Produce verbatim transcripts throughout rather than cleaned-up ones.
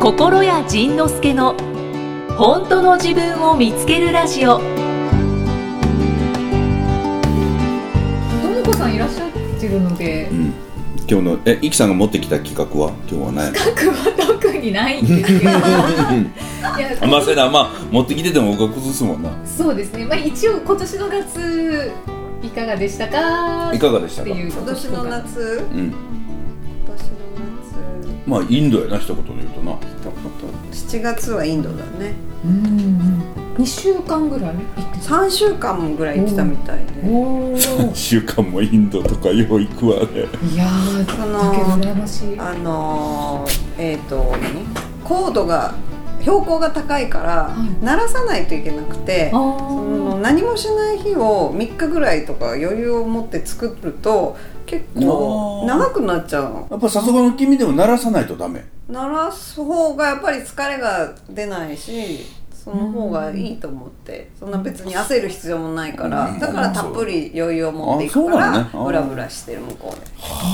心谷仁之助の本当の自分を見つけるラジオ。ともこさんいらっしゃってるので、うん、 今日のえイキさんが持ってきた企画は今日は何？ 企画は特にないんですけどいやまあそれな、まあ持ってきてても僕は崩すもんな。 そうですね、まあ、一応今年の夏いかがでしたか？ いかがでしたか？ 今年の夏、うん、今年の夏、 まあインドやな、一言で言うとな。 しちがつはインドだね。 うん、にしゅうかんぐらい行ってた。 さんしゅうかんぐらい行ってたみたいで。 さんしゅうかんもインドとかよう行くわね。 いやー、そのだけど羨ましい。 あのー、えっ、ー、と何高度が標高が高いから、はい、鳴らさないといけなくて、その何もしない日をみっかぐらいとか余裕を持って作ると結構長くなっちゃうの。 やっぱさすがの君でも鳴らさないとダメ。 鳴らす方がやっぱり疲れが出ないし、その方がいいと思って、そんな別に焦る必要もないから、だからたっぷり余裕を持っていくからブラブラしてる向こうで。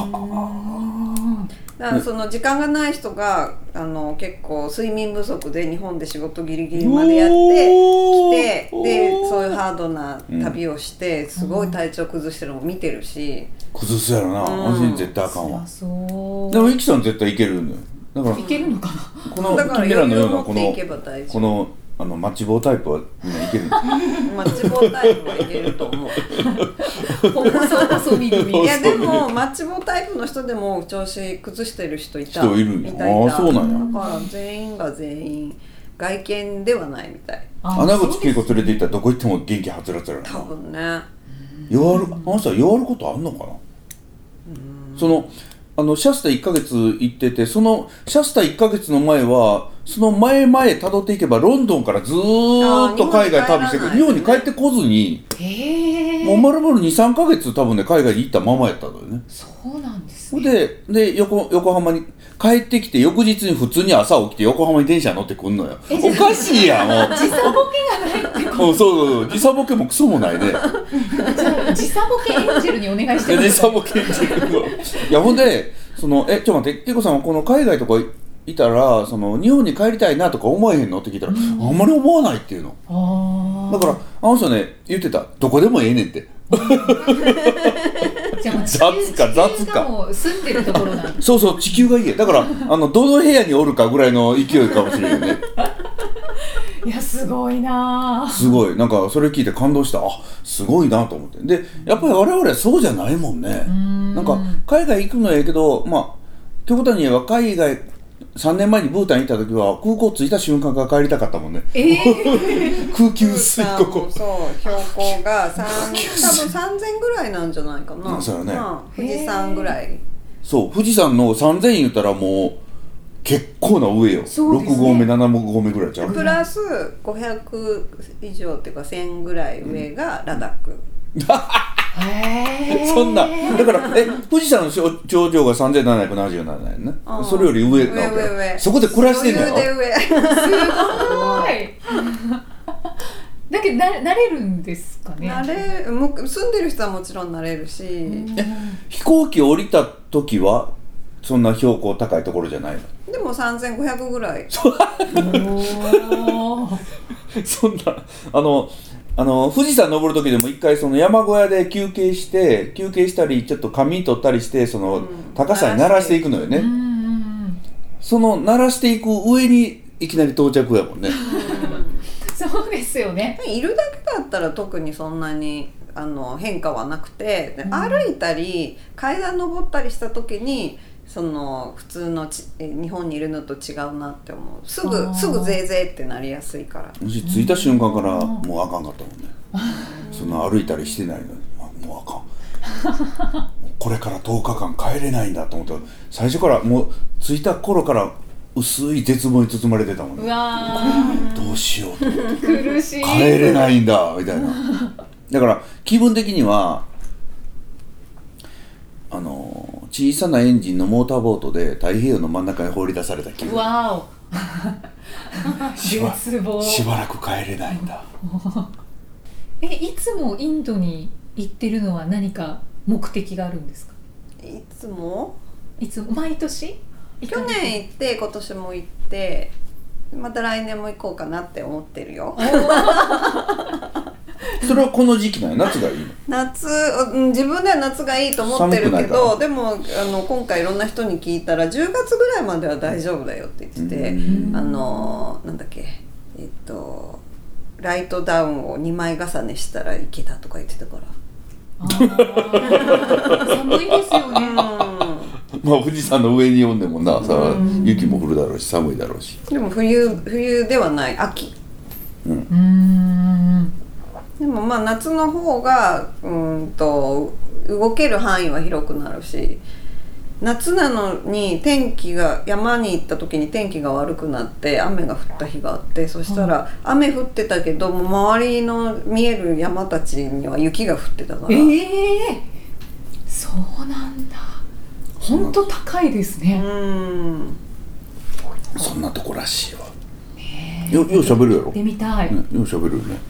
だからその時間がない人があの結構睡眠不足で日本で仕事ギリギリまでやってきて、でそういうハードな旅をしてすごい体調崩してるのも見てるし、 崩すやろな、私、うん、絶対あかんわ。 そうでもイキさん絶対いけるんだよ。だからいけるのかな。 この君らのようなこのこのあのマッチ棒タイプはみんないけるんですマッチ棒タイプはいけると思う細細身で見いやでもマッチ棒タイプの人でも調子崩してる人いた。 人いるんや。ああ、そうなんや。 だから全員が全員外見ではないみたい。 穴口恵子連れて行ったらどこ行っても元気はつらつらやな。 多分ね。 弱る、あの人は弱ることあんのかな。うん、そのあのシャスタいっかげつ行ってて、そのシャスタいっかげつの前はその前々辿っていけばロンドンからずーっと海外旅してくる。日本に帰ってこずに、 へー、 もう丸々 にさんかげつ多分ね海外に行ったままやったんだよね。 そうなんですね。 で、で 横, 横浜に帰ってきて翌日に普通に朝起きて横浜に電車乗ってくんのよ。おかしいやんもう時差ボケがないってこと。 そうそうそう、時差ボケもクソもないね。 じゃあ時差ボケエンジェルにお願いしてください。 時差ボケエンジェルいやほんでそのえちょっと待って、恵子さんはこの海外とかいたらその日本に帰りたいなとか思えへんのって聞いたら、うん、あんまり思わないっていうの。あだからあの人ね言ってた、どこでもええねんってじゃあもう地球雑か雑かもう住んでるところなんそうそう、地球がいいや。だからあのどの部屋におるかぐらいの勢いかもしれないよねいやすごいな、 すごい、なんかそれ聞いて感動した。あ、すごいなと思って。でやっぱり我々はそうじゃないもんね。んなんか海外行くのはええけど、まあ極端に言えば海外さんねんまえにブータン行った時は空港着いた瞬間から帰りたかったもんね。えー、空気薄いここ。 そう標高が多分さんぜんぐらいなんじゃないかな。 あ、そうよね、 まあ、富士山ぐらい。 そう富士山のさんぜん言ったらもう結構な上よ、ね、ろく合目なな合目ぐらいちゃう。 プラスごひゃく以上っていうかせんぐらい上がラダック、うんへそんなだからえ富士山の頂上がさんぜんななひゃくななじゅうななえんね。それより上なわけ。 上上上そこで暮らしてんだよ。 余裕で上すごいだけどな慣れるんですかね。 慣れも住んでる人はもちろん慣れるし、え飛行機降りた時はそんな標高高いところじゃないの。 でもさんぜんごひゃくぐらいそんなあのあの富士山登る時でも一回その山小屋で休憩して休憩したりちょっと仮眠取ったりしてその高さに慣らしていくのよね、うん、その慣らしていく上にいきなり到着やもんね、 うん、そうですよね。 いるだけだったら特にそんなにあの変化はなくて、うん、歩いたり階段登ったりした時にその普通のち日本にいるのと違うなって思う。すぐすぐぜいぜいってなりやすいから。 もし着いた瞬間からもうあかんかったもんね。そんな歩いたりしてないのにもうあかんこれからとおかかん帰れないんだと思ったら最初からもう着いた頃から薄い絶望に包まれてたもんね。 うわどうしようと思って苦しい帰れないんだみたいな。だから気分的にはあの小さなエンジンのモーターボートで太平洋の真ん中に放り出された気分。 わおしば, しばらく帰れないんだえいつもインドに行ってるのは何か目的があるんですか？ いつもいつも毎年去年行って今年も行ってまた来年も行こうかなって思ってるよそれはこの時期なんや、夏がいいの？ 夏、自分では夏がいいと思ってるけど、でもあの今回いろんな人に聞いたらじゅうがつぐらいまでは大丈夫だよって言ってて、あのなんだっけえっとライトダウンをにまい重ねしたらいけたとか言ってたから。 あ寒いですよね。 まあ富士山の上に呼んでもなさ、雪も降るだろうし寒いだろうし。 でも冬冬ではない秋。 うん。 うーんでもまあ夏の方がうんと動ける範囲は広くなるし、夏なのに天気が山に行った時に天気が悪くなって雨が降った日があって、そしたら雨降ってたけども周りの見える山たちには雪が降ってたから。 ええー、そうなんだ。本当高いですね。 うん。 そんなとこらしいわ。よよう喋るやろ。 行ってみたい。 ね、よう喋るよね。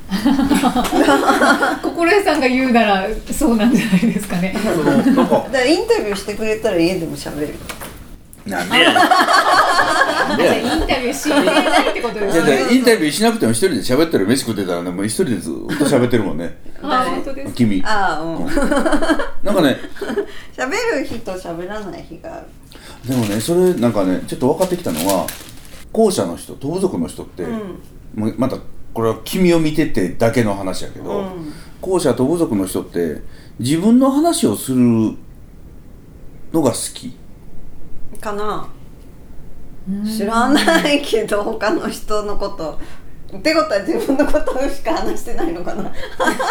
心得さんが言うならそうなんじゃないですかね。 そのなんかだからインタビューしてくれたら家でも喋るよ。 なんでやねん。なんでやねん。 インタビューしないってことですね。 じゃあインタビューしなくても一人で喋ってる飯食ってたらね、もう一人でずっと喋ってるもんね。 あ、本当ですか。 君。 ああ、うん。 なんかね、 喋る日と喋らない日がある。 でもね、それなんかね、ちょっと分かってきたのは、後者の人、東部族の人って、 うん、 もうまたこれは君を見ててだけの話やけど、 うん、 後者東部族の人って自分の話をするのが好きかな。知らないけど他の人のことってことは自分のことしか話してないのかな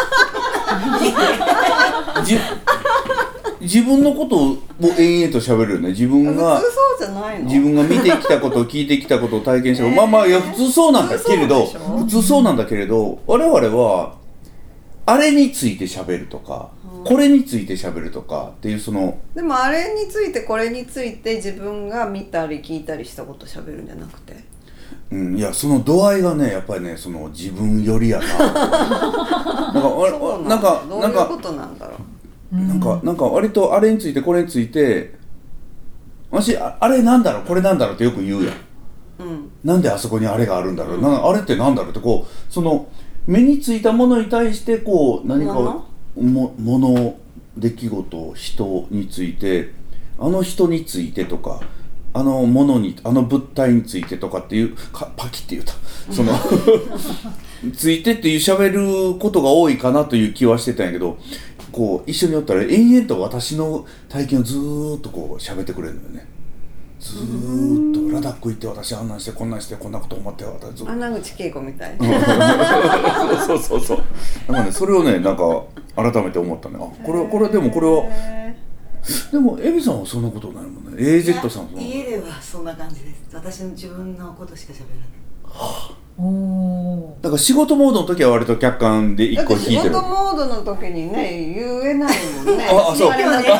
じ自分のことを延々と喋るよね。自分が普通そうじゃないの？ 自分が見てきたこと聞いてきたことを体験したこと、えー、まあまあいや普通そうなんだけれど普通そうなんだけれど我々はあれについて喋るとか、うん、これについて喋るとかっていうそのでもあれについてこれについて自分が見たり聞いたりしたこと喋るんじゃなくて、 うん、いやその度合いがねやっぱりねその自分よりやななんかそうなんかどういうなんかことなんだろう。 なんかなんか割とあれについてこれについて私 あ, あれなんだろうこれなんだろうってよく言うやん、うん、なんであそこにあれがあるんだろう、うん、なあれってなんだろうってこうその目についたものに対してこう何かももの出来事人についてあの人についてとかあのものにあの物体についてとかっていうかパキって言うたそのついてっていう喋ることが多いかなという気はしてたんやけどこう一緒におったら延々と私の体験をずーっとこう喋ってくれるのよね。ずーっとラダック行って私あんなんしてこんなんしてこんなこと思って私ずっと穴口恵子みたいそうそうそうなんかねそれをねなんか改めて思ったね。あこれこれでもこれはでもエビさんはそんなことないもんね。 エーゼット さんは家ではそんな感じです。私の自分のことしか喋らない。 はあおだから仕事モードの時は割と客観で一個引いてる。 仕事モードの時にね言えないもんねああそうだから別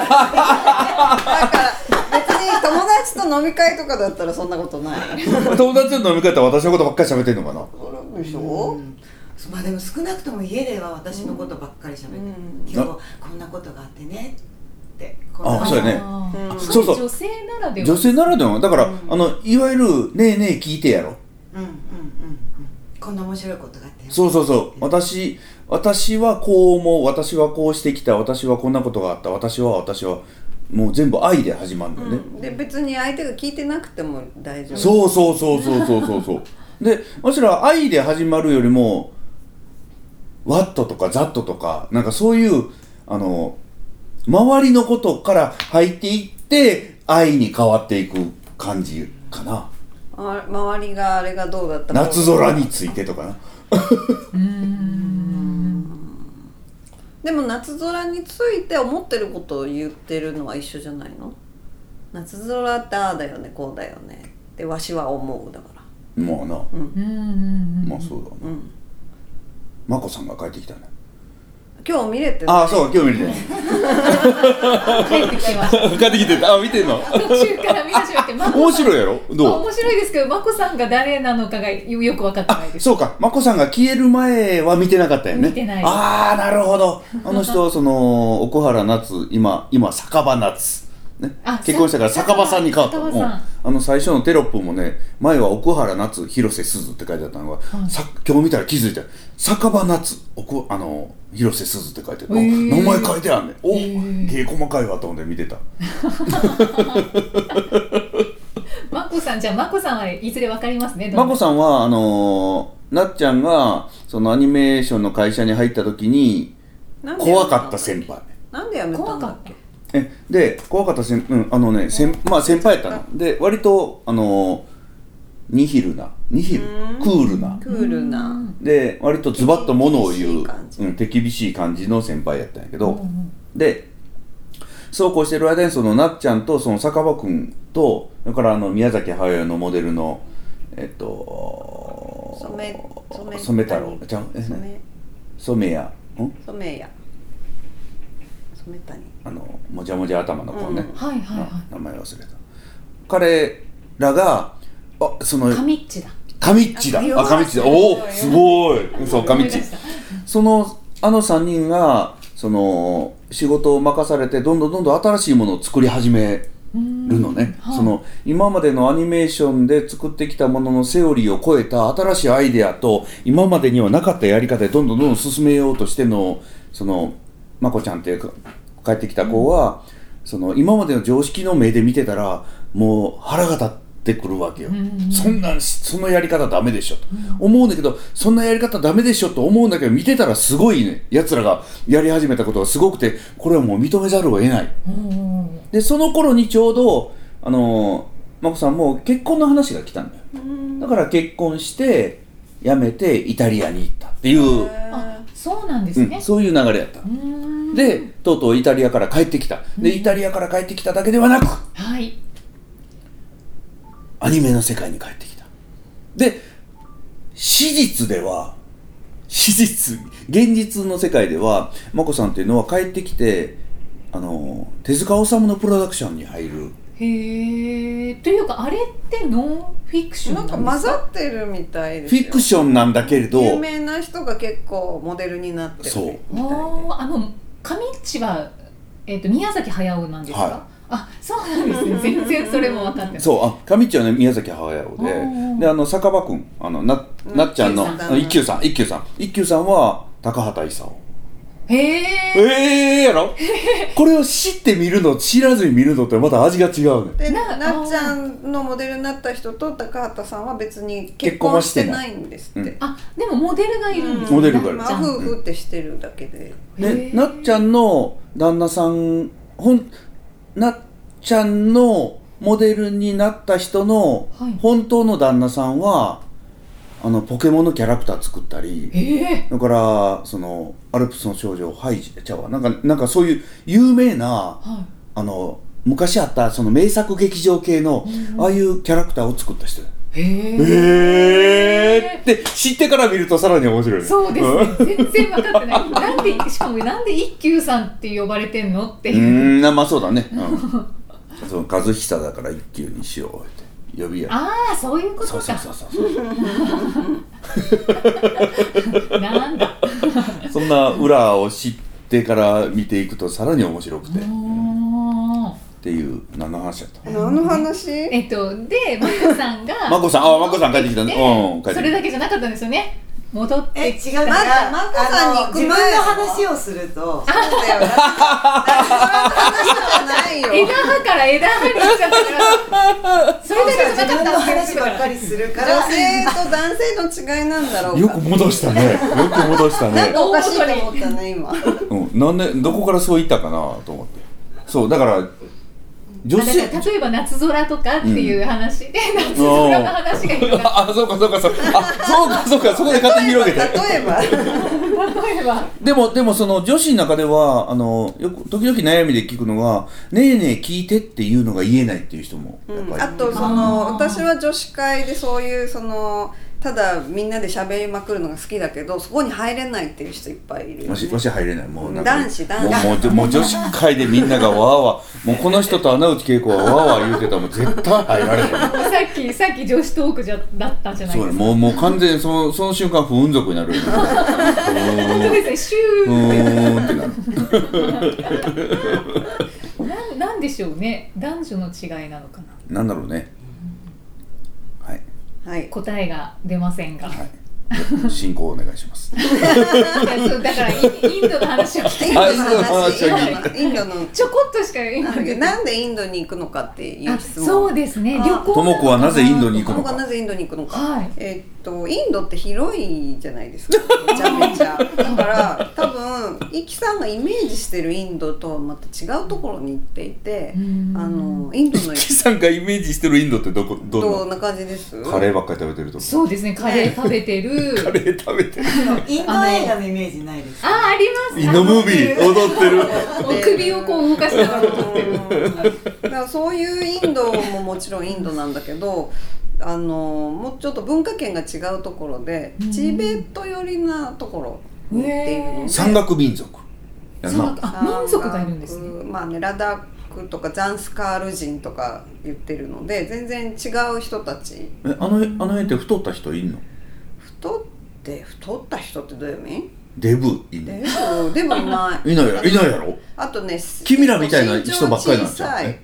に友達と飲み会とかだったらそんなことない友達と飲み会って私のことばっかり喋ってんのかな。 そうでしょ、うん、 まあでも少なくとも家では私のことばっかり喋ってる、うん、今日こんなことがあってねってああそうやね、 うん、 そうそう女性ならでは女性ならではだから、うん、あのいわゆるねえねえ聞いてやろうんうんうんうんこんな面白いことがあってそうそうそう私私はこう思う私はこうしてきた私はこんなことがあった私は私はもう全部愛で始まるんだよね、うん、 で別に相手が聞いてなくても大丈夫そうそうそうそうそうそうそうでむしろ愛で始まるよりもワットとかザットとかなんかそういうあの周りのことから入っていって愛に変わっていく感じかな。 周りがあれがどうだった夏空についてとかなうーんでも夏空について思ってることを言ってるのは一緒じゃないの？夏空ってああだよねこうだよねってわしは思うだからまあな、 うん、 まあそうだな、うん、まこさんが帰ってきたね今日見れてああそう今日見れて帰ってきてました帰ってきてたあ見てんの途中から見始めて面白いやろどう、 まあ、面白いですけどまこさんが誰なのかがよく分かってないです。 そうかまこさんが消える前は見てなかったよね。 見てないああなるほどあの人その奥原夏今今酒場夏ねあ、 結婚したから酒場さんに変わった酒場さんうんあの最初のテロップもね、前は奥原夏広瀬すずって書いてあったのが、 はいさ今日見たら気づいた酒場夏奥あの広瀬すずって書いてある、 へーあ名前書いてあんねん、おへー芸細かいわと思って見てた。 まこさん、じゃあまこさんはいずれわかりますね。 まこさんはあのーなっちゃんがそのアニメーションの会社に入った時になんで辞め怖かった先輩なんで辞めた怖かっんだっけた。 えで怖かった先,、うん、あのね先まあ、先輩やったので割とあのーニヒルなニヒルクールなクールなで割とズバッとものを言う手厳しい感じうん、手厳しい感じの先輩やったんやけど、 うんうんでそうこうしてる間にそのなっちゃんとその酒場くんとそれからあの宮崎駿のモデルのえっと染染染太郎ちゃうえ染染谷ん染谷染谷あのもじゃもじゃ頭の子ね、 うんはいはいは名前忘れた彼らがあそのい。カミッチだ。 カミッチだあカミッチだおおすごいそうカミッチ思い出したそのあのさんにんがその仕事を任されてどんどんどんどん新しいものを作り始めるのね、 はいその今までのアニメーションで作ってきたもののセオリーを超えた新しいアイデアと今までにはなかったやり方でどんどんどんどん進めようとしてのそのまこちゃんっていうか帰ってきた子は、うん、その今までの常識の目で見てたらもう腹が立ってくるわけよ、 うん、 そんなそのやり方ダメでしょと、うん、思うんだけどそんなやり方ダメでしょと思うんだけど見てたらすごいねやつらがやり始めたことがすごくてこれはもう認めざるを得ない、うん、でその頃にちょうどあのまこさんも結婚の話が来たんだよ、うん、だから結婚して辞めてイタリアに行ったっていうあそうなんですね、 うん、そういう流れやったでとうとうイタリアから帰ってきたでイタリアから帰ってきただけではなく、 はい、 アニメの世界に帰ってきたで史実では史実現実の世界ではまこさんっていうのは帰ってきてあの手塚治虫のプロダクションに入るへえというかあれってノンフィクションなんですかなんか混ざってるみたいですよフィクションなんだけれど有名な人が結構モデルになってるそうみたいであの上市は、えー、と宮崎駿なんですか、 はいあ、そうなんですね。全然それも分かってない。 そう、あ、上市はね、宮崎駿で、で、あの、酒場くん、あの、な、なっちゃんの、一休さん、一休さん、一休さんは、高畑勲。 へえ。 ええー、やろこれを知って見るの、知らずに見るのってまた味が違うね。 で、な, なっちゃんのモデルになった人と高畑さんは別に結婚はしてないんですって。 うん、 あ、でもモデルがいるんですね、 うん、モデルがいる。 まあ、夫婦ってしてるだけで。 で、なっちゃんの旦那さん、ほん、なっちゃんのモデルになった人の本当の旦那さんは、あのポケモンのキャラクター作ったり、 えー、 だからそのアルプスの少女ハイジちゃうわなんかなんかそういう有名な、はい、あの昔あったその名作劇場系の、うん、ああいうキャラクターを作った人。 へーえーって知ってから見るとさらに面白いね。 そうですね全然分かってないなんでしかもなんで一休さんって呼ばれてんのっていううーんまあそうだね、うん、その和久だから一休にしようって呼びやああそういうことかそうそうそうそうなんだそんな裏を知ってから見ていくとさらに面白くてっていう何の話だった何の話えっとでまこさんがまこさんあまこさん帰ってきたね、うん、帰ってきたそれだけじゃなかったんですよね戻ってえ違うだからまこさんに行く前自分の話をするとそうだよだって話じゃないよ枝葉から枝葉にしちゃったからそれだけじゃなかった自分の話ばっかりするから女性と男性の違いなんだろうかよく戻したねよく戻したねなんかおかしいと思ったね今、 うん、なんでどこからそう言ったかなと思ってそうだから女性だから例えば夏空とかっていう話で、うん、夏空の話がいいああそうかそうかそうあそうかそうかそこで勝手に広げて例えば例えばでもでもその女子の中ではあのよく時々悩みで聞くのがねえねえ聞いてっていうのが言えないっていう人もやっぱり、 うん、あとその私は女子会でそういうそのただみんなで喋りまくるのが好きだけどそこに入れないっていう人いっぱいいるよね。 わしわし入れないもうなんか男子男子もうもうもう女子会でみんながわーわーもうこの人と穴内恵子はわーわー言うてたらもう絶対入られへんさっきさっき女子トークじゃだったじゃないですか。 そうもうもう完全にそのその瞬間不運族になるよね本当ですねシューうーんってなるな, なんなんでしょうね、男女の違いなのかな。 なんだろうね。はい。 はい、 答えが出ませんが。 はい。進行お願いします。 いやそうだからインドの話を聞いて、 あインドの話を聞いてインドのちょこっとしか今なんでなんでインドに行くのかっていう質問。 そうですね。旅行。 ともこはなぜインドに行くのか。 ともこはなぜインドに行くのか。 はい、 えーっとインドって広いじゃないですか。めちゃめちゃ。だから多分イキさんがイメージしてるインドとはまた違うところに行っていて、あのインドのイキさんがイメージしてるインドってどこどんな？ どんな感じです？ カレーばっかり食べてるとこ。 そうですね。カレー食べてる。 カレー食べてる。 インド映画のイメージないですか？ あ、あります。 インドムービー踊ってる。 首をこう動かしながら踊ってる。 だからそういうインドももちろんインドなんだけど、あのもうちょっと文化圏が違うところで、うん、チベット寄りなところに行っているので、 山岳民族やな。あ、民族がいるんですね。 まあね、ラダックとかザンスカール人とか言ってるので全然違う人たち。 え、あの、あの辺って太った人いんの？ 太って太った人ってどういう意味？ デブいんの？ デブでもいない。 いないや、いないやろ？ あとね、 君らみたいな人ばっかりなんちゃうね。 うん、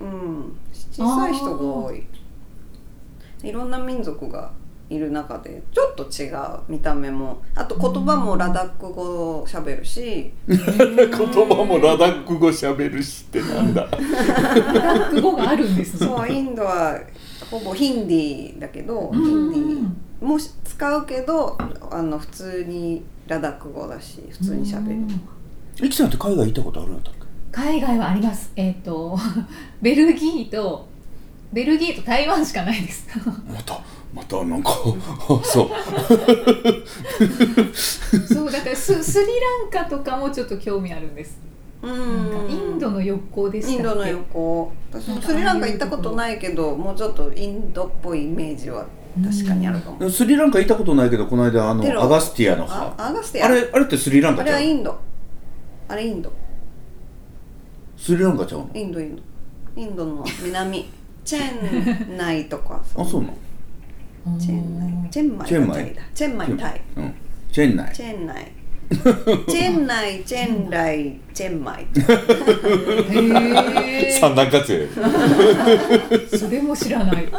小さい人が多い。いろんな民族がいる中でちょっと違う見た目も、あと言葉もラダック語喋るし言葉もラダック語喋るしってなんだ。 ラダック語があるんですね。 そうインドはほぼヒンディーだけど、ヒンディーも使うけどあの普通にラダック語だし普通に喋る。 イキさんって海外行ったことあるんだっけ？ 海外はあります。えっとベルギーとベルギーと台湾しかないです。 またまたなんかそうそうだから ス, スリランカとかもちょっと興味あるんです。うんなんかインドの横行でしたっけ？ インドの横、私もスリランカ行ったことないけどもうちょっとインドっぽいイメージは確かにあるかも。 スリランカ行ったことないけどこの間あのアガスティアの葉、 アガスティアあれあれってスリランカちゃう？ あれはインド、あれインド、 スリランカちゃうの？ インドインドインドの南チェンナイとかあ、そうなの？ チェンナイチェンマイチェンマイチェンマイタイ、 うん、チェンナイチェンナイチェンナイチェンライチェンマイへ三段活用それも知らない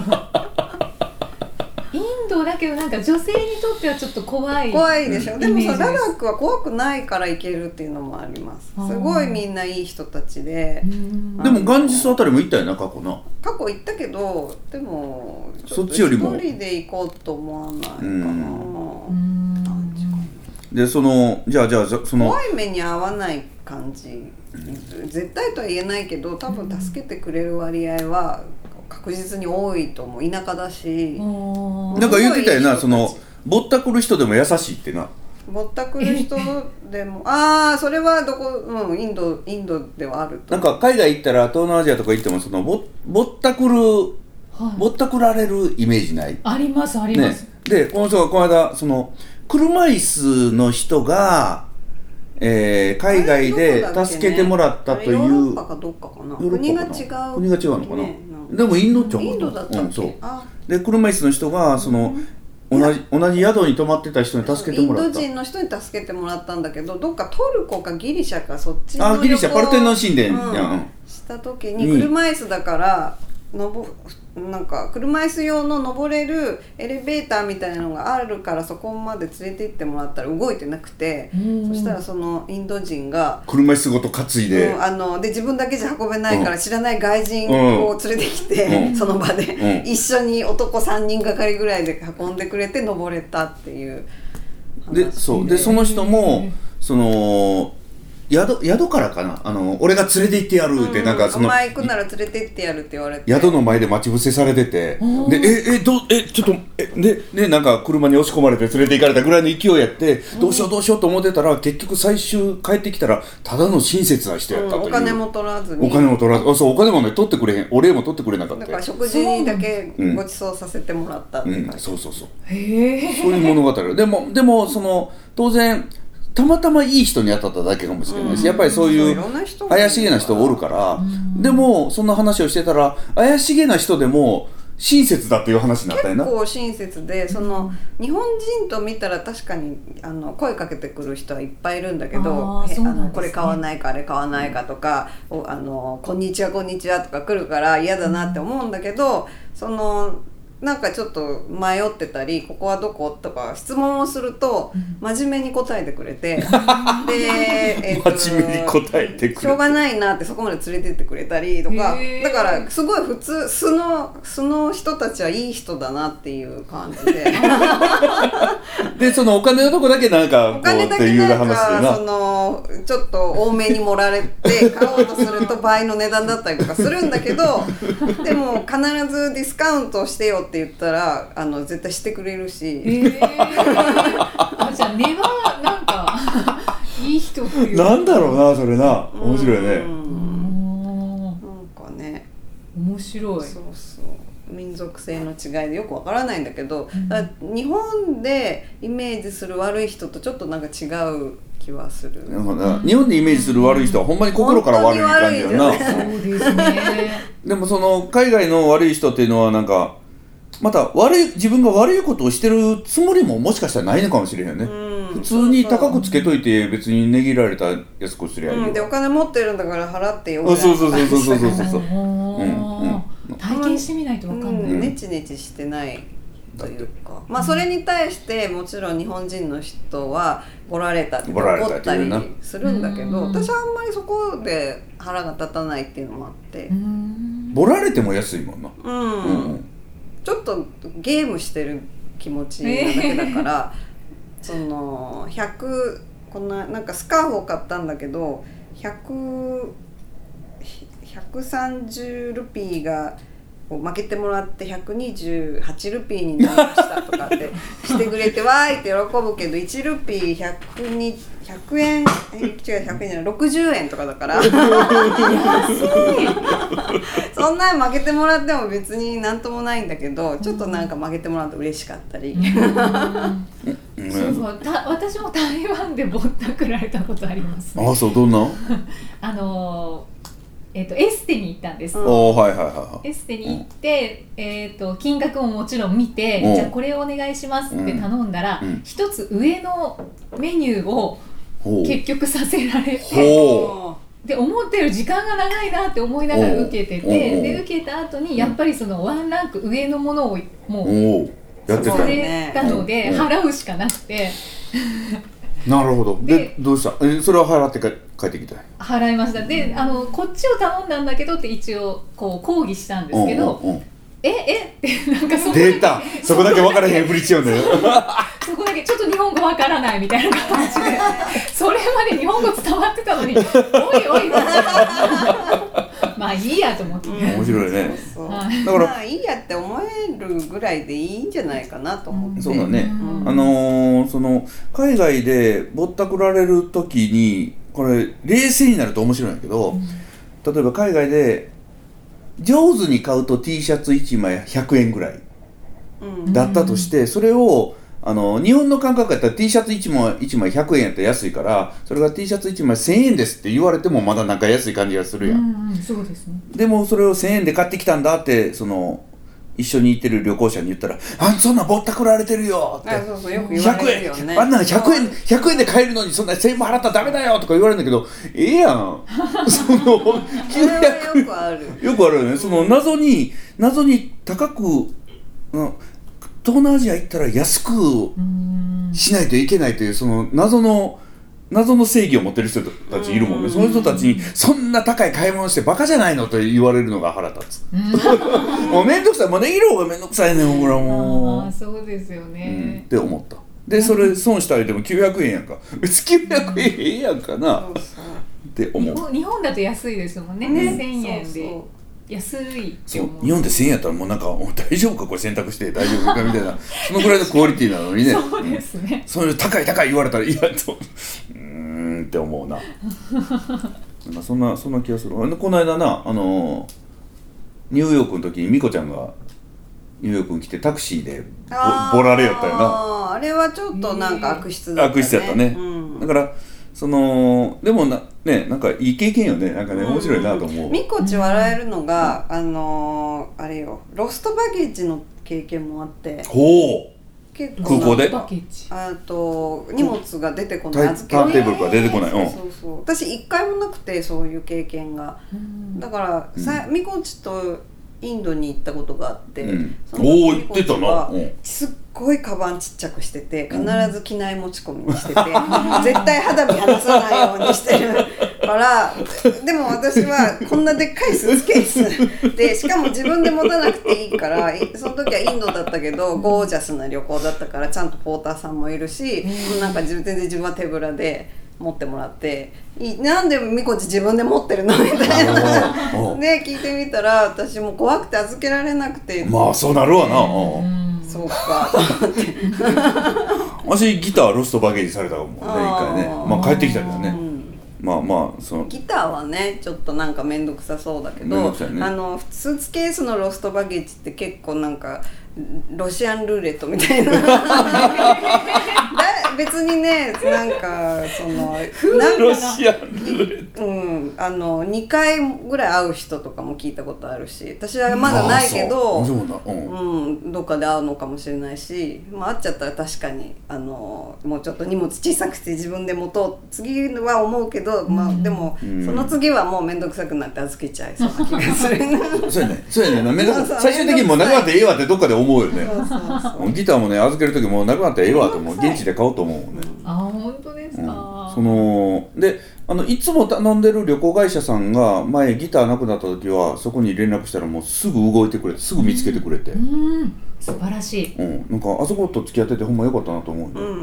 インドだけどなんか女性にとってはちょっと怖い怖いでしょ、うん、でもさラダッックは怖くないから行けるっていうのもあります。すごいみんないい人たちで、 でもガンジスあたりも行ったよな過去な。 過去行ったけどでもそっちよりも一人で行こうと思わないかな。 うんでそのじゃあじゃあその怖い目に遭わない感じ、絶対とは言えないけど多分助けてくれる割合は確実に多いと思う。田舎だしなんか言ってたよな、そのぼったくる人でも優しいってな。 ぼったくる人でもああそれはどこ、うん、インドインドではあると。 なんか海外行ったら東南アジアとか行ってもその ぼ, ぼったくる、はい、ぼったくられるイメージない？ ありますあります、 ね、でこの人がこの間その車椅子の人が、えー、海外で助けてもらったという、 ヨーロッパかどっかかな、国が違う国が違うのかな、ね、でもインドっちゃうインドだったっけ、うん、そうで車椅子の人がその、うん、同じ同じ宿に泊まってた人に助けてもらった。 インド人の人に助けてもらったんだけどどっかトルコかギリシャかそっちのあギリシャパルテノン神殿、 うんうん、 した時に車椅子だからのぼなんか車椅子用の登れるエレベーターみたいなのがあるからそこまで連れて行ってもらったら動いてなくて、そしたらそのインド人が車椅子ごと担いで、 うん、あので自分だけじゃ運べないから知らない外人を連れてきて、うん、その場で、うん、一緒に男さんにんがかりぐらいで運んでくれて登れたっていう話で、 そうでその人もその宿, 宿からかなあの俺が連れて行ってやるって、うん、なんかそのお前行くなら連れて行ってやるって言われて宿の前で待ち伏せされててでええどえちょっとえででなんか車に押し込まれて連れて行かれたぐらいの勢いやってどうしようどうしようと思ってたら結局最終帰ってきたらただの親切な人やったという、うん、 お金も取らずにお金も取らずあそうお金もね取ってくれへんお礼も取ってくれなかった。 だから食事にだけご馳走させてもらったって感じ、 うんうん、そうそうそうへえそういう物語でもでもその当然たまたまいい人に当たっただけかもしれないし、うん、やっぱりそういう怪しげな人がおるから、うん、でもそんな話をしてたら怪しげな人でも親切だっていう話になったよな。 結構親切で、その、うん、日本人と見たら確かにあの声かけてくる人はいっぱいいるんだけど、ああのこれ買わないかあれ買わないかとか、うん、あのこんにちはこんにちはとか来るから嫌だなって思うんだけど、そのなんかちょっと迷ってたりここはどことか質問をすると真面目に答えてくれて、で、 えー、真面目に答えてくれてしょうがないなってそこまで連れてってくれたりとか、だからすごい普通素の素の人たちはいい人だなっていう感じででそのお金のとこだけなんかこうお金だけなんかそのちょっと多めに盛られて買おうとすると倍の値段だったりとかするんだけどでも必ずディスカウントしてよって言ったらあの絶対してくれるし、えー、 あじゃあ根はなんかいい人っていうなんだろうなそれな面白いね。 うんなんかね面白い。 そうそう民族性の違いでよくわからないんだけど、うん、だ日本でイメージする悪い人とちょっとなんか違う気はする。 なんかな日本でイメージする悪い人はほんまに心から悪い感じだな。 そうですね。 でもその海外の悪い人っていうのはなんかまた悪い自分が悪いことをしてるつもりももしかしたらないのかもしれへんよね、うん、普通に高くつけといて別に値切られた安くすりゃいい、 うん、でお金持ってるんだから払ってよぐらいそうそうそうそうそうそうそううんうん、体験してみないと分かんない、 うん、ネチネチしてないというか、まあそれに対してもちろん日本人の人はボラれたって怒ったりするんだけど、私はあんまりそこで腹が立たないっていうのもあって、 ボラれても安いもんな、 うんうん、ちょっとゲームしてる気持ちなだけだから、えー、そのひゃくこんななんかスカーフを買ったんだけどひゃく、ひゃくさんじゅうルピーが負けてもらってひゃくにじゅうはちルピーになりましたとかってしてくれてわーいって喜ぶけどいちルピーひゃくにひゃくえんえ違うひゃくえんじゃないろくじゅうえんとかだから安いそんなん負けてもらっても別になんともないんだけどちょっとなんか負けてもらうと嬉しかったり、うんうん、そうそうた私も台湾でぼったくられたことあります、ね、 あそうどんなあのーえー、とエステに行ったんです、 うん、はいはいはい、 エステに行って、うんえー、と金額ももちろん見て、うん、じゃあこれをお願いしますって頼んだら、うん、一つ上のメニューを結局させられて、で思ってる時間が長いなって思いながら受けてて、で受けた後にやっぱりそのワンランク上のものをもうやってされたので払うしかなくてなるほど。で、でどうしたえそれは払って帰ってきたい払いました。であのこっちを頼んだんだけどって一応こう抗議したんですけど、うんうんうん、ええってなんかそこ出たそこだけ分からへんふりしちゃうんだよそこだけちょっと日本語分からないみたいな感じでそれまで日本語伝わってたのにおいおいまあいいやと思って、うん、 面白いねそうだからまあいいやって思えるぐらいでいいんじゃないかなと思って、うん、 そうだね、うん、あのー、その海外でぼったくられる時にこれ冷静になると面白いんだけど、うん、例えば海外で上手に買うと T シャツいちまいひゃくえんぐらいだったとして、うん、それをあの日本の感覚やったら T シャツいちまいひゃくえんやったら安いからそれが T シャツいちまいせんえんですって言われてもまだなんか安い感じがするやん、 うんうん、そうですね。 でもそれをせんえんで買ってきたんだってその一緒に行ってる旅行者に言ったらあんそんなぼったくられてるよってあそうそうよく言われるよねあんなのひゃくえんひゃくえんで買えるのにそんなせんえんも払ったらダメだよとか言われるんだけどええやんそのそれはよくあるよくあるよねその謎に謎に高く、うん、東南アジア行ったら安くしないといけないというその謎の謎の正義を持ってる人たちいるもんね。その人たちにそんな高い買い物してバカじゃないのと言われるのが腹立つもうめんどくさいもう値切る方がめんどくさいねほらもうあそうですよね、 うん、って思ったでそれ損したらでもきゅうひゃくえんやんか別にきゅうひゃくえんええやんかなって思う。 日本、日本だと安いですもんね、うん、せんえんでそうそう安いそう日本でせんえんやったらもうなんか大丈夫かこれ選択して大丈夫かみたいなそのぐらいのクオリティなのにねそうですね、 うん、そういう高い高い言われたらいやとうーんって思うななんかそんなそんな気がする。この間なあのニューヨークの時にミコちゃんがニューヨークに来てタクシーで ボ, ボラれよったよな。 ああれはちょっとなんか悪質だったね。 悪質だったね、うん、だからそのでもなね、なんかいい経験よね。なんかね、面白いなと思う。 みこち笑えるのが、うん、あのー、あれよ、ロストバゲージの経験もあって。 ほう。 結構空港であと荷物が出てこない、 預けターンテーブルから出てこない、うん、 そうそう私一回もなくて、そういう経験が、うん、だからさ、みこちとインドに行ったことがあって、うん、その時みこちはすっごいカバンちっちゃくしてて、必ず機内持ち込みにしてて、うん、絶対肌身離さないようにしてるからでも私はこんなでっかいスーツケースで、しかも自分で持たなくていいから、その時はインドだったけどゴージャスな旅行だったから、ちゃんとポーターさんもいるし、うん、なんか全然自分は手ぶらで持ってもらって、なんでみこち自分で持ってるのみたいなで聞いてみたら、私も怖くて預けられなくて、 まあそうなるわな、 うん、そうかと思って私ギターロストバゲージされたかもね、一回ね、まあ帰ってきたけどね、うん、まあまあそのギターはねちょっとなんか面倒くさそうだけど、ね、あのスーツケースのロストバゲージって結構なんかロシアンルーレットみたいな別にね、なんかそのロシアンルーレット、 うん、あのにかいぐらい会う人とかも聞いたことあるし、私はまだないけど、うんうん、どっかで会うのかもしれないし、まあ、会っちゃったら確かにあのもうちょっと荷物小さくて自分で持とう次は思うけど、まあ、でも、うん、その次はもう面倒くさくなって預けちゃいそうな気がするそうやね、そうやね、面倒くさい最終的にもうなくなってええわってどっかで思うよね。そうそうそう、ギターもね預ける時もなくなってええわってもう現地で買おうと思うもんね。 あ、本当ですか、うん、 そのであのいつも頼んでる旅行会社さんが前ギターなくなった時はそこに連絡したらもうすぐ動いてくれて、すぐ見つけてくれて、 うんうん、素晴らしい、 うん、なんかあそこと付き合っててほんま良かったなと思うんで、うん、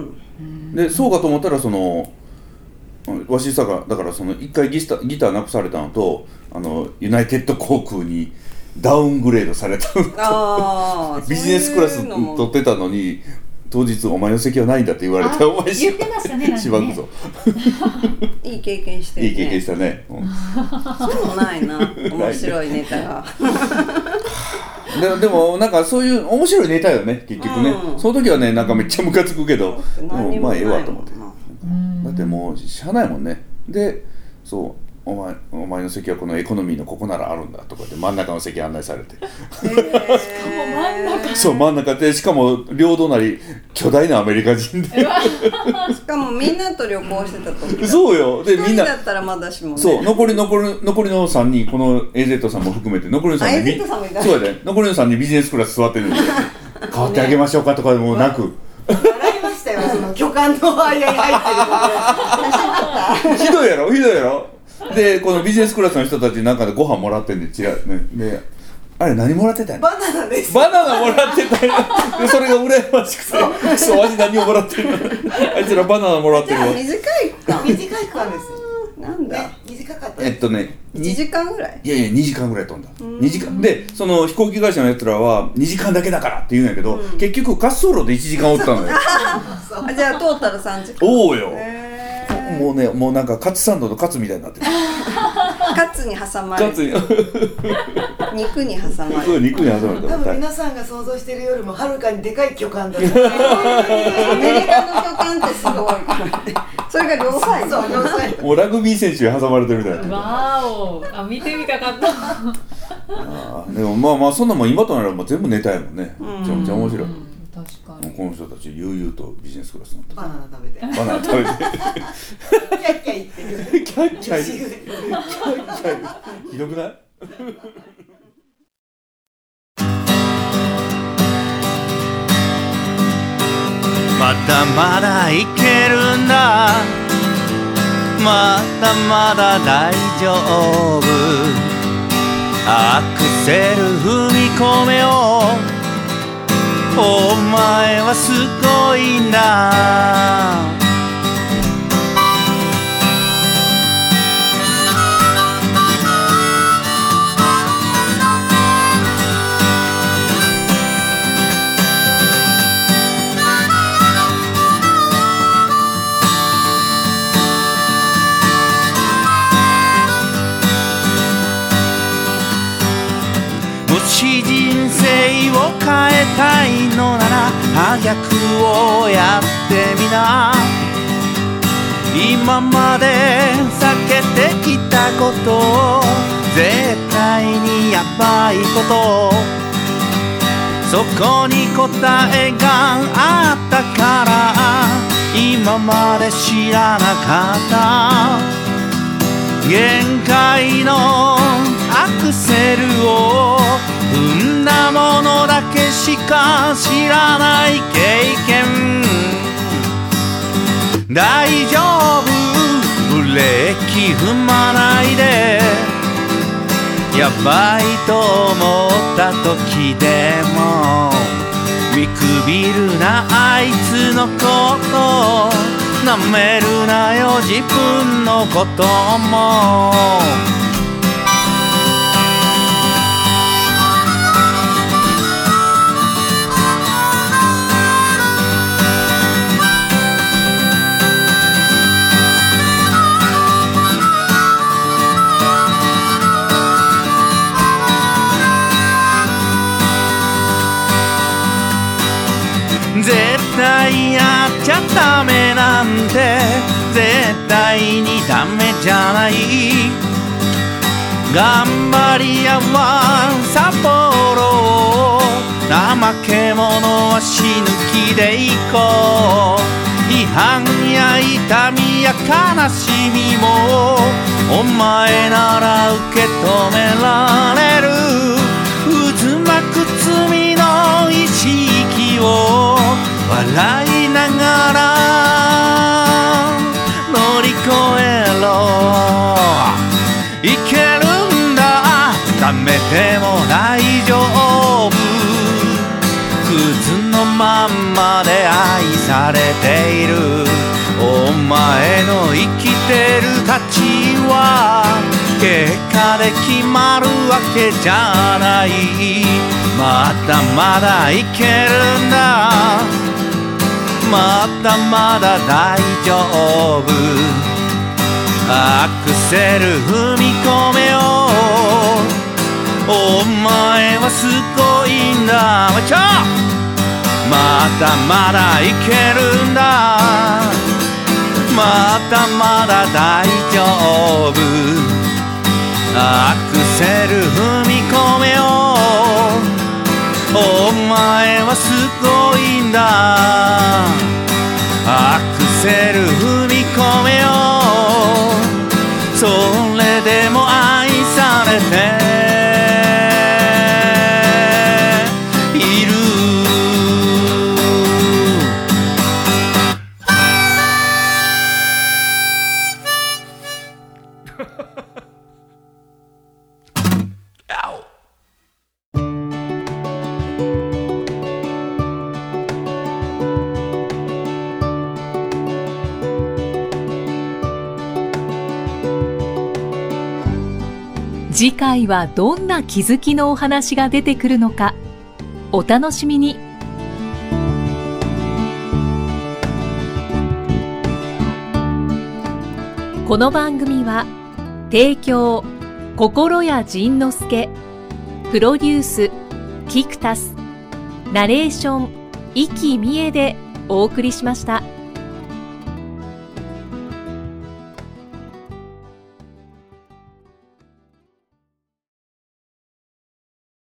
でそうかと思ったらそのわしさがだからその一回ギター、ギターなくされたのと、あのユナイテッド航空にダウングレードされたあビジネスクラス取ってたのに当日お前の席はないんだって言われて、お前言ってましたね、 しばくぞいい経験してるね。 いい経験したね、うん、 そういうのないな面白いネタがで, でもなんかそういう面白いネタよね結局ね、うん、その時はねなんかめっちゃムカつくけど、でもまあええわと思って、うん、だってもうしゃあないもんね。でそうお前, お前の席はこのエコノミーのここならあるんだとかで真ん中の席案内されて、 えー、真ん中そう真ん中で、しかも両隣巨大なアメリカ人でしかもみんなと旅行してた時そうよ、でみんなだったらまだしもね、 そう残り残り残りのさんにん、この エーゼット さんも含めて残りのさんにん、 エーゼット さんもいたそうやで、残りのさんにんビジネスクラス座ってるんで変わってあげましょうかとかでもなく笑いましたよ、その巨漢の間に入ってるひどいやろひどいやろ。でこのビジネスクラスの人たちなんかでご飯もらってんで、違うね、であれ何もらってたんや、 バナナです、 バナナもらってたんやでそれが羨ましくてそう、味何をもらってるのあいつらバナナもらってるわ。 短いか短いかですなんだ、 ね、短かったえっとねいちじかんぐらい、いやいやにじかんぐらい飛んだ、にじかんで、その飛行機会社のやつらはにじかんだけだからって言うんやけど、うん、結局滑走路でいちじかんおったのよあじゃあトータルさんじかん、 おうよ、もうね、もうなんかカツサンドのカツみたいになってるカツに挟まれる肉に挟まれる肉に挟まれる。 多分皆さんが想像しているよりもはるかにでかい巨漢だったアメリカの巨漢ってすごいからねそれが両サイド、両サイドもうラグビー選手に挟まれてるみたいな。 わーお、あ見てみたかったあでもまあまあそんなもん今とならもう全部ネタやもんね。めちゃめちゃ面白い。 確かにこの人たち悠々とビジネスクラスにバナナ食べてバナナ食べてキャッキャ言ってるキャッキャ言ってるキャッキャひどくないまだまだいけるんだ、まだまだ大丈夫、アクセル踏み込めよ、お前はすごいな。もし人生を変えたいのなら真逆をやってみな。今まで避けげてきたこと、絶対にやばいこと、そこに答えがあったから今まで知らなかった。限界のアクセルを踏んだものだけしか知らない経験。大丈夫、ブレーキ踏まないで、やばいと思った時でも見くびるなあいつのこと、なめるなよ自分のことも。絶対やっちゃダメなんて絶対にダメじゃない。頑張り屋は札幌、怠け者は死ぬ気でいこう。批判や痛みや悲しみもお前なら受け止められる。渦巻く罪の意識を笑いながら乗り越えろ。いけるんだ、ダメでも大丈夫。クズのまんまで愛されている。お前の生きてる価値は結果で決まるわけじゃない。まだまだいけるんだ、まだまだ大丈夫。アクセル踏み込めよう、お前はすごいんだ。ちょまだまだいけるんだ、まだまだ大丈夫。アクセル踏み込めよう、お前はすごいんだ。アクセル踏み込めよう、それでも愛されている。 次回はどんな気づきのお話が出てくるのか、お楽しみに。この番組は提供心谷仁之助、プロデュースキクタス、ナレーション生きみえでお送りしました。